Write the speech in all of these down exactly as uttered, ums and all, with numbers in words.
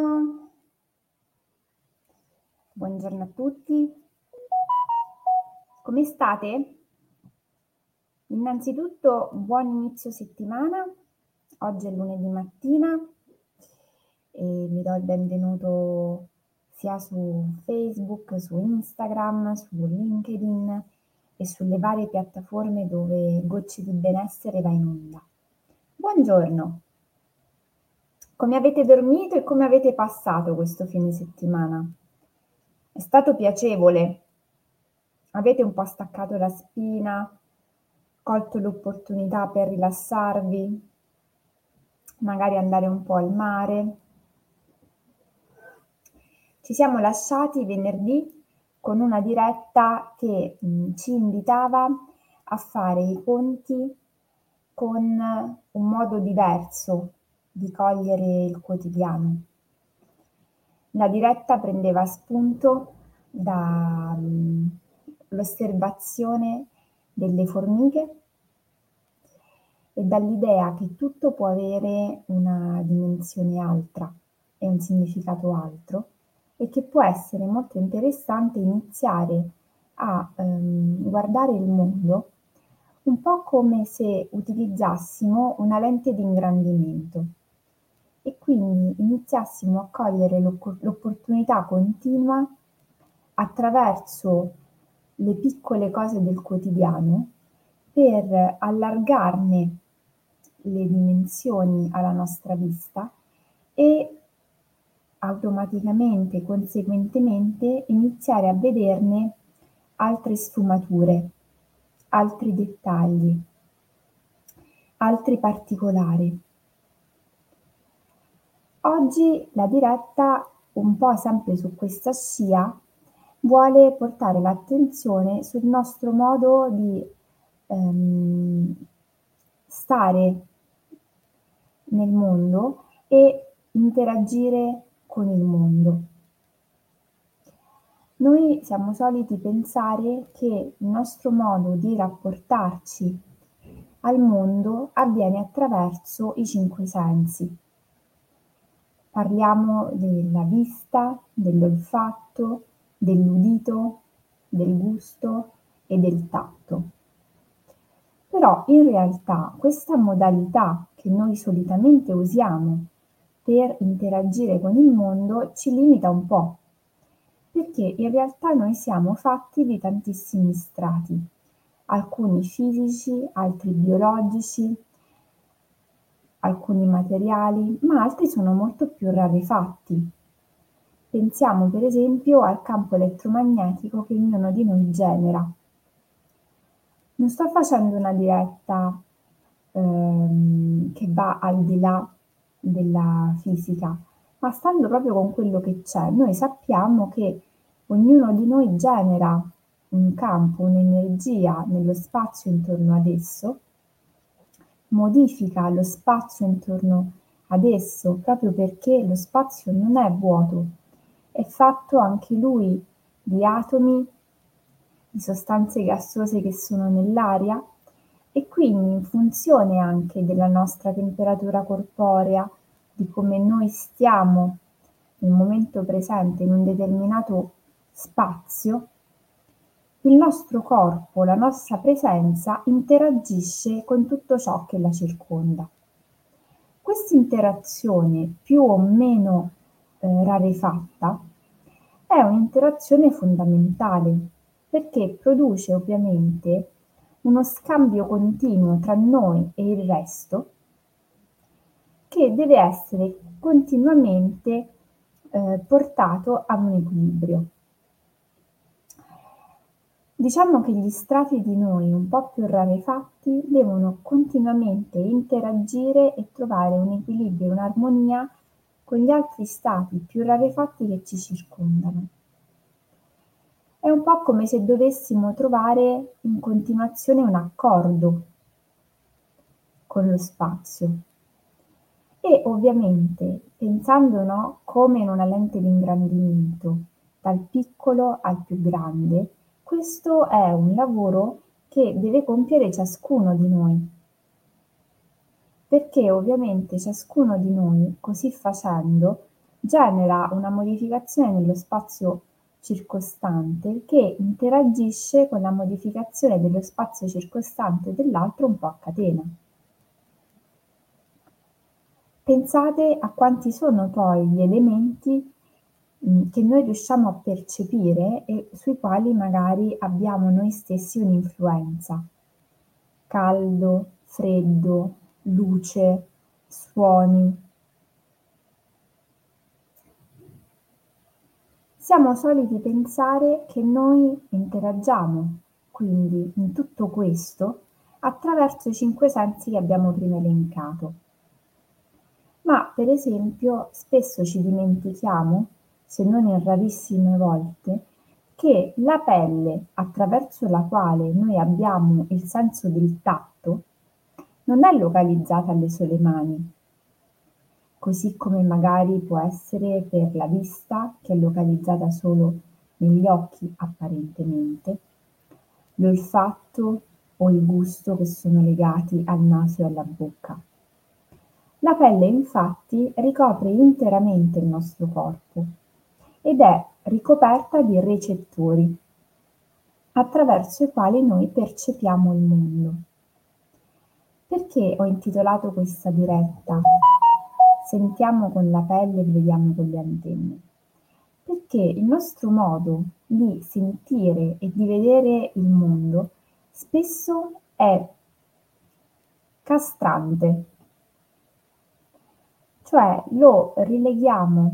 Buongiorno. Buongiorno a tutti. Come state? Innanzitutto buon inizio settimana. Oggi è lunedì mattina e vi do il benvenuto sia su Facebook, su Instagram, su LinkedIn e sulle varie piattaforme dove Gocce di Benessere va in onda. Buongiorno. Come avete dormito e come avete passato questo fine settimana? È stato piacevole? Avete un po' staccato la spina, colto l'opportunità per rilassarvi, magari andare un po' al mare? Ci siamo lasciati venerdì con una diretta che mh, ci invitava a fare i conti con un modo diverso di cogliere il quotidiano. La diretta prendeva spunto dall'osservazione delle formiche e dall'idea che tutto può avere una dimensione altra e un significato altro e che può essere molto interessante iniziare a ehm, guardare il mondo un po' come se utilizzassimo una lente di ingrandimento e quindi iniziassimo a cogliere l'oc- l'opportunità continua attraverso le piccole cose del quotidiano per allargarne le dimensioni alla nostra vista e automaticamente, conseguentemente, iniziare a vederne altre sfumature, altri dettagli, altri particolari. Oggi la diretta, un po' sempre su questa scia, vuole portare l'attenzione sul nostro modo di ehm, stare nel mondo e interagire con il mondo. Noi siamo soliti pensare che il nostro modo di rapportarci al mondo avviene attraverso i cinque sensi. Parliamo della vista, dell'olfatto, dell'udito, del gusto e del tatto. Però in realtà questa modalità che noi solitamente usiamo per interagire con il mondo ci limita un po', perché in realtà noi siamo fatti di tantissimi strati, alcuni fisici, altri biologici, alcuni materiali, ma altri sono molto più rarefatti. Pensiamo per esempio al campo elettromagnetico che ognuno di noi genera. Non sto facendo una diretta ehm, che va al di là della fisica, ma stando proprio con quello che c'è, noi sappiamo che ognuno di noi genera un campo, un'energia nello spazio intorno ad esso, modifica lo spazio intorno ad esso proprio perché lo spazio non è vuoto, è fatto anche lui di atomi, di sostanze gassose che sono nell'aria e quindi in funzione anche della nostra temperatura corporea, di come noi stiamo nel momento presente in un determinato spazio, il nostro corpo, la nostra presenza interagisce con tutto ciò che la circonda. Questa interazione più o meno eh, rarefatta è un'interazione fondamentale perché produce ovviamente uno scambio continuo tra noi e il resto che deve essere continuamente eh, portato a un equilibrio. Diciamo che gli strati di noi un po' più rarefatti devono continuamente interagire e trovare un equilibrio e un'armonia con gli altri stati più rarefatti che ci circondano. È un po' come se dovessimo trovare in continuazione un accordo con lo spazio. E ovviamente pensando no, come in una lente di ingrandimento, dal piccolo al più grande, questo è un lavoro che deve compiere ciascuno di noi, perché ovviamente ciascuno di noi, così facendo, genera una modificazione nello spazio circostante che interagisce con la modificazione dello spazio circostante dell'altro un po' a catena. Pensate a quanti sono poi gli elementi mh, che noi riusciamo a percepire e sui quali magari abbiamo noi stessi un'influenza. Caldo, freddo, luce, suoni. Siamo soliti pensare che noi interagiamo, quindi, in tutto questo, attraverso i cinque sensi che abbiamo prima elencato. Ma, per esempio, spesso ci dimentichiamo, se non in rarissime volte, che la pelle attraverso la quale noi abbiamo il senso del tatto non è localizzata alle sole mani, così come magari può essere per la vista, che è localizzata solo negli occhi apparentemente, l'olfatto o il gusto che sono legati al naso e alla bocca. La pelle infatti ricopre interamente il nostro corpo ed è ricoperta di recettori attraverso i quali noi percepiamo il mondo. Perché ho intitolato questa diretta "Sentiamo con la pelle e vediamo con le antenne"? Perché il nostro modo di sentire e di vedere il mondo spesso è castrante, cioè lo rileghiamo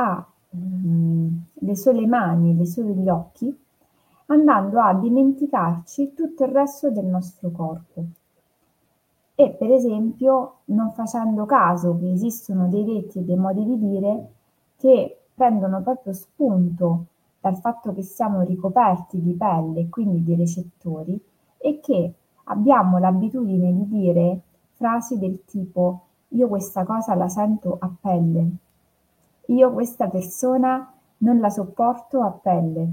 alle sole mani, alle sole gli occhi, andando a dimenticarci tutto il resto del nostro corpo. E per esempio non facendo caso che esistono dei detti e dei modi di dire che prendono proprio spunto dal fatto che siamo ricoperti di pelle e quindi di recettori e che abbiamo l'abitudine di dire frasi del tipo io questa cosa la sento a pelle, io questa persona non la sopporto a pelle.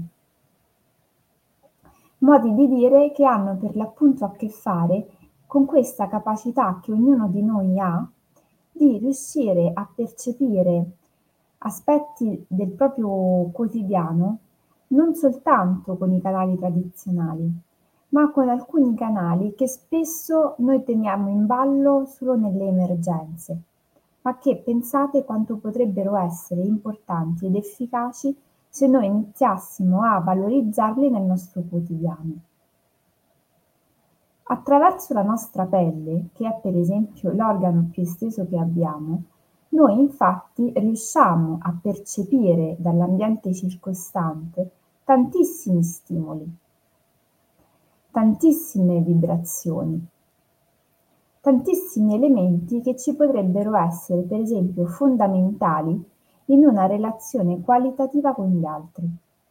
Modi di dire che hanno per l'appunto a che fare con questa capacità che ognuno di noi ha di riuscire a percepire aspetti del proprio quotidiano non soltanto con i canali tradizionali, ma con alcuni canali che spesso noi teniamo in ballo solo nelle emergenze, ma che pensate quanto potrebbero essere importanti ed efficaci se noi iniziassimo a valorizzarli nel nostro quotidiano. Attraverso la nostra pelle, che è per esempio l'organo più esteso che abbiamo, noi infatti riusciamo a percepire dall'ambiente circostante tantissimi stimoli, tantissime vibrazioni, tantissimi elementi che ci potrebbero essere per esempio fondamentali in una relazione qualitativa con gli altri.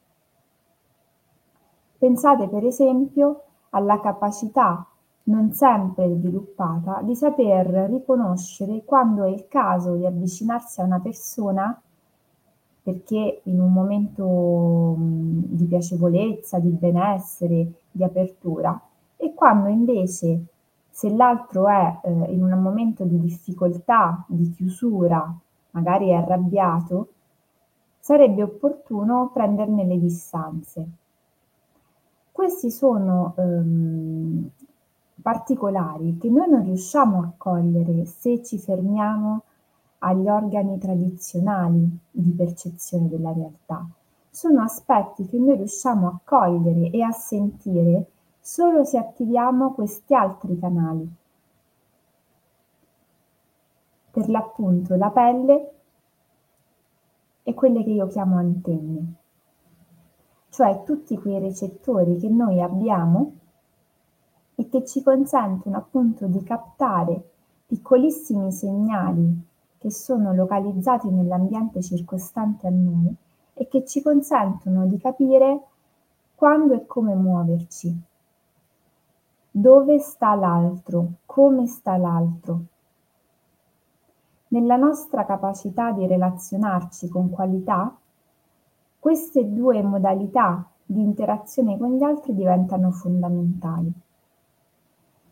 Pensate per esempio alla capacità non sempre sviluppata di saper riconoscere quando è il caso di avvicinarsi a una persona perché in un momento mh, di piacevolezza, di benessere, di apertura e quando invece se l'altro è eh, in un momento di difficoltà, di chiusura, magari è arrabbiato, sarebbe opportuno prenderne le distanze. Questi sono ehm, particolari che noi non riusciamo a cogliere se ci fermiamo agli organi tradizionali di percezione della realtà. Sono aspetti che noi riusciamo a cogliere e a sentire solo se attiviamo questi altri canali. Per l'appunto la pelle e quelle che io chiamo antenne, cioè tutti quei recettori che noi abbiamo e che ci consentono appunto di captare piccolissimi segnali che sono localizzati nell'ambiente circostante a noi e che ci consentono di capire quando e come muoverci, dove sta l'altro, come sta l'altro. Nella nostra capacità di relazionarci con qualità, queste due modalità di interazione con gli altri diventano fondamentali.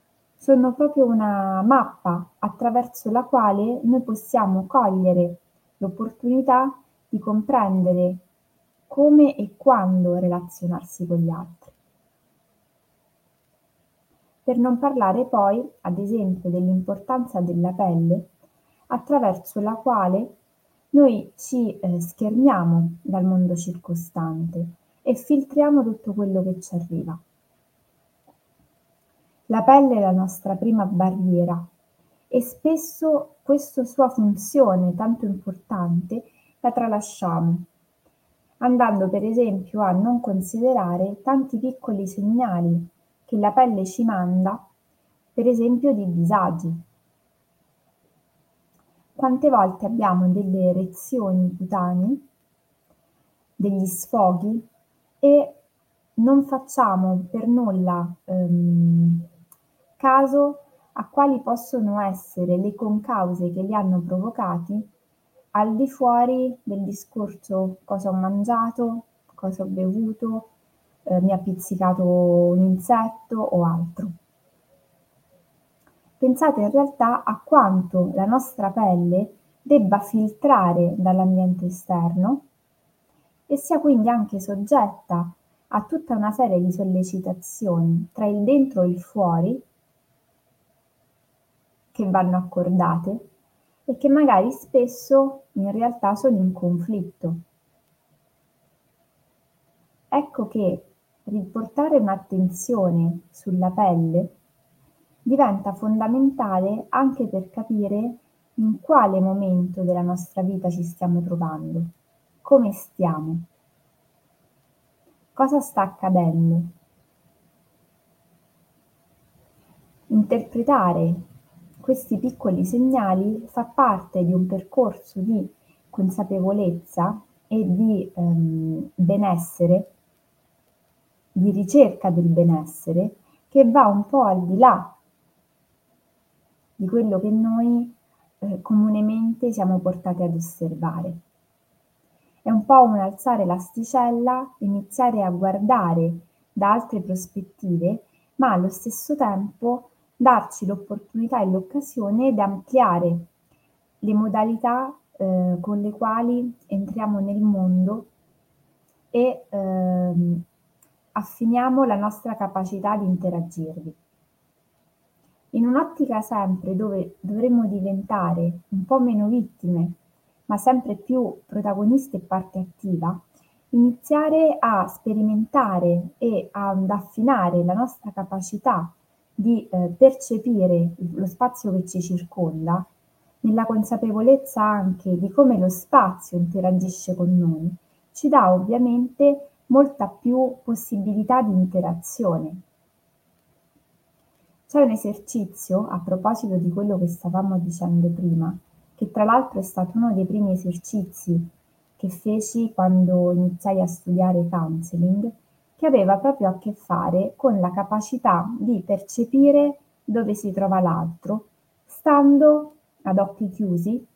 Sono proprio una mappa attraverso la quale noi possiamo cogliere l'opportunità di comprendere come e quando relazionarsi con gli altri. Per non parlare poi, ad esempio, dell'importanza della pelle, attraverso la quale noi ci eh, schermiamo dal mondo circostante e filtriamo tutto quello che ci arriva. La pelle è la nostra prima barriera e spesso questa sua funzione tanto importante la tralasciamo, andando per esempio a non considerare tanti piccoli segnali che la pelle ci manda, per esempio di disagi. Quante volte abbiamo delle reazioni cutanee, degli sfoghi e non facciamo per nulla ehm, caso a quali possono essere le concause che li hanno provocati al di fuori del discorso cosa ho mangiato, cosa ho bevuto, eh, mi ha pizzicato un insetto o altro. Pensate in realtà a quanto la nostra pelle debba filtrare dall'ambiente esterno e sia quindi anche soggetta a tutta una serie di sollecitazioni tra il dentro e il fuori che vanno accordate e che magari spesso in realtà sono in conflitto. Ecco che riportare un'attenzione sulla pelle diventa fondamentale anche per capire in quale momento della nostra vita ci stiamo trovando, come stiamo, cosa sta accadendo. Interpretare questi piccoli segnali fa parte di un percorso di consapevolezza e di ehm, benessere, di ricerca del benessere, che va un po' al di là di quello che noi eh, comunemente siamo portati ad osservare. È un po' un alzare l'asticella, iniziare a guardare da altre prospettive, ma allo stesso tempo darci l'opportunità e l'occasione di ampliare le modalità eh, con le quali entriamo nel mondo e ehm, affiniamo la nostra capacità di interagirvi. In un'ottica sempre dove dovremmo diventare un po' meno vittime, ma sempre più protagoniste e parte attiva, iniziare a sperimentare e ad affinare la nostra capacità di eh, percepire lo spazio che ci circonda, nella consapevolezza anche di come lo spazio interagisce con noi, ci dà ovviamente molta più possibilità di interazione. C'è un esercizio, a proposito di quello che stavamo dicendo prima, che tra l'altro è stato uno dei primi esercizi che feci quando iniziai a studiare counseling, che aveva proprio a che fare con la capacità di percepire dove si trova l'altro, stando ad occhi chiusi,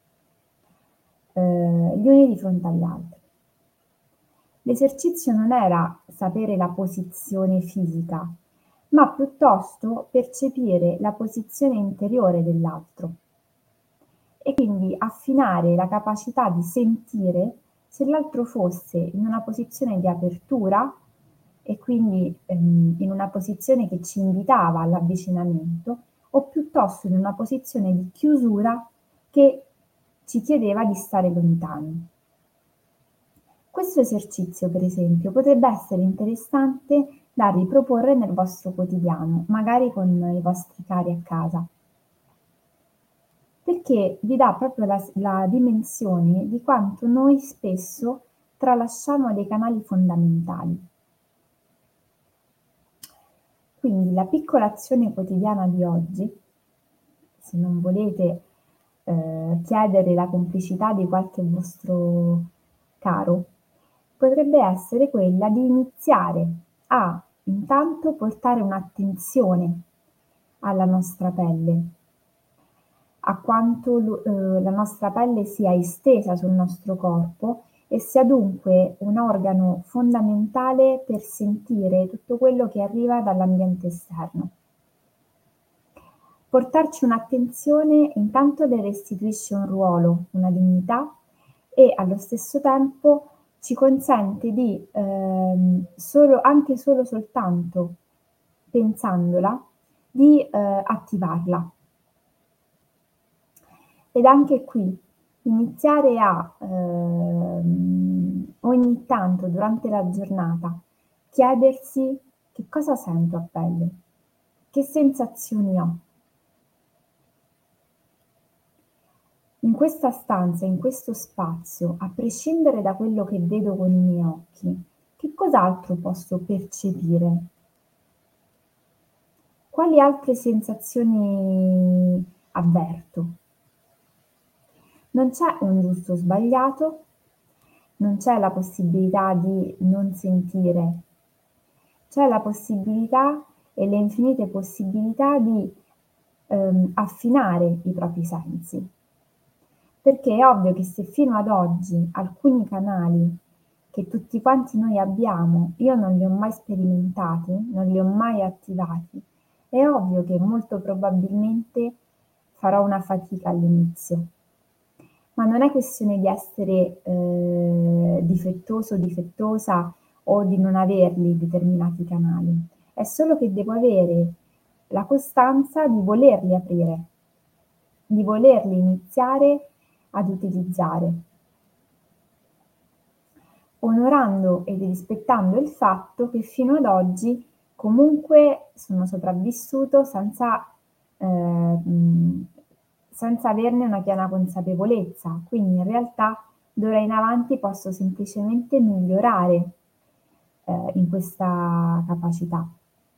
eh, gli uni di fronte agli altri. L'esercizio non era sapere la posizione fisica, ma piuttosto percepire la posizione interiore dell'altro e quindi affinare la capacità di sentire se l'altro fosse in una posizione di apertura e quindi ehm, in una posizione che ci invitava all'avvicinamento o piuttosto in una posizione di chiusura che ci chiedeva di stare lontani. Questo esercizio, per esempio, potrebbe essere interessante da riproporre nel vostro quotidiano, magari con i vostri cari a casa, perché vi dà proprio la, la dimensione di quanto noi spesso tralasciamo dei canali fondamentali. Quindi la piccola azione quotidiana di oggi, se non volete eh, chiedere la complicità di qualche vostro caro, potrebbe essere quella di iniziare a intanto portare un'attenzione alla nostra pelle, a quanto eh, la nostra pelle sia estesa sul nostro corpo e sia dunque un organo fondamentale per sentire tutto quello che arriva dall'ambiente esterno. Portarci un'attenzione intanto le restituisce un ruolo, una dignità e allo stesso tempo ci consente di, ehm, solo anche solo soltanto pensandola, di, ehm, attivarla. Ed anche qui iniziare a, ehm, ogni tanto durante la giornata chiedersi: "Che cosa sento a pelle? Che sensazioni ho?" In questa stanza, in questo spazio, a prescindere da quello che vedo con i miei occhi, che cos'altro posso percepire? Quali altre sensazioni avverto? Non c'è un giusto o sbagliato, non c'è la possibilità di non sentire, c'è la possibilità e le infinite possibilità di, ehm, affinare i propri sensi. Perché è ovvio che se fino ad oggi alcuni canali che tutti quanti noi abbiamo, io non li ho mai sperimentati, non li ho mai attivati, è ovvio che molto probabilmente farò una fatica all'inizio. Ma non è questione di essere, ehm, difettoso o difettosa o di non averli determinati canali, è solo che devo avere la costanza di volerli aprire, di volerli iniziare ad utilizzare. Onorando ed rispettando il fatto che fino ad oggi comunque sono sopravvissuto senza, ehm, mhmm, senza averne una piena consapevolezza, quindi in realtà d'ora in avanti posso semplicemente migliorare, ehm, in questa capacità.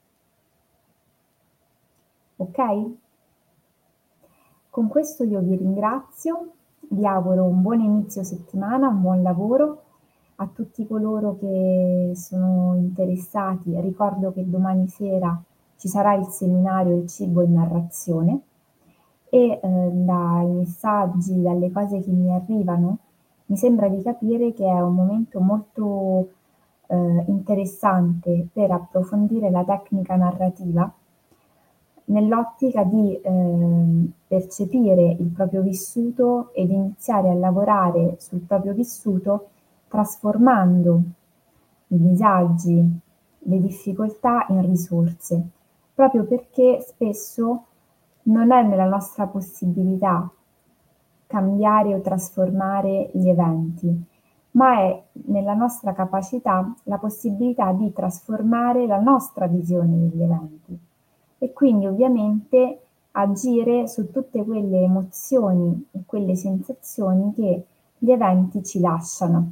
Okay? Con questo io vi ringrazio, vi auguro un buon inizio settimana, un buon lavoro. A tutti coloro che sono interessati, ricordo che domani sera ci sarà il seminario Il cibo in narrazione e, ehm, dai messaggi, dalle cose che mi arrivano, mi sembra di capire che è un momento molto, ehm, interessante per approfondire la tecnica narrativa nell'ottica di, ehm, percepire il proprio vissuto ed iniziare a lavorare sul proprio vissuto trasformando i disagi, le difficoltà in risorse, proprio perché spesso non è nella nostra possibilità cambiare o trasformare gli eventi, ma è nella nostra capacità la possibilità di trasformare la nostra visione degli eventi e quindi ovviamente agire su tutte quelle emozioni e quelle sensazioni che gli eventi ci lasciano.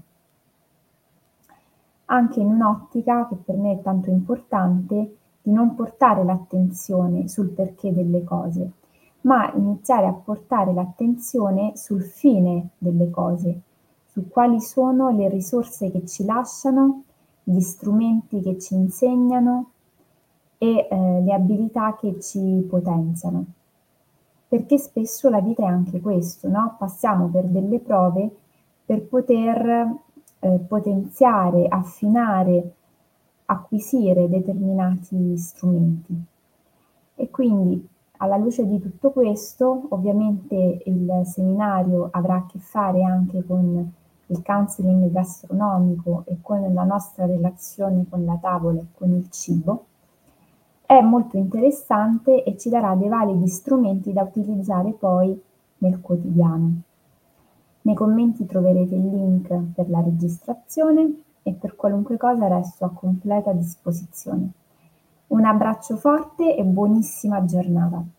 Anche in un'ottica, che per me è tanto importante, di non portare l'attenzione sul perché delle cose, ma iniziare a portare l'attenzione sul fine delle cose, su quali sono le risorse che ci lasciano, gli strumenti che ci insegnano e, ehm, le abilità che ci potenziano. Perché spesso la vita è anche questo, no, passiamo per delle prove per poter, ehm, potenziare, affinare, acquisire determinati strumenti. E quindi alla luce di tutto questo, ovviamente il seminario avrà a che fare anche con il counseling gastronomico e con la nostra relazione con la tavola e con il cibo. È molto interessante e ci darà dei validi strumenti da utilizzare poi nel quotidiano. Nei commenti troverete il link per la registrazione e per qualunque cosa resto a completa disposizione. Un abbraccio forte e buonissima giornata.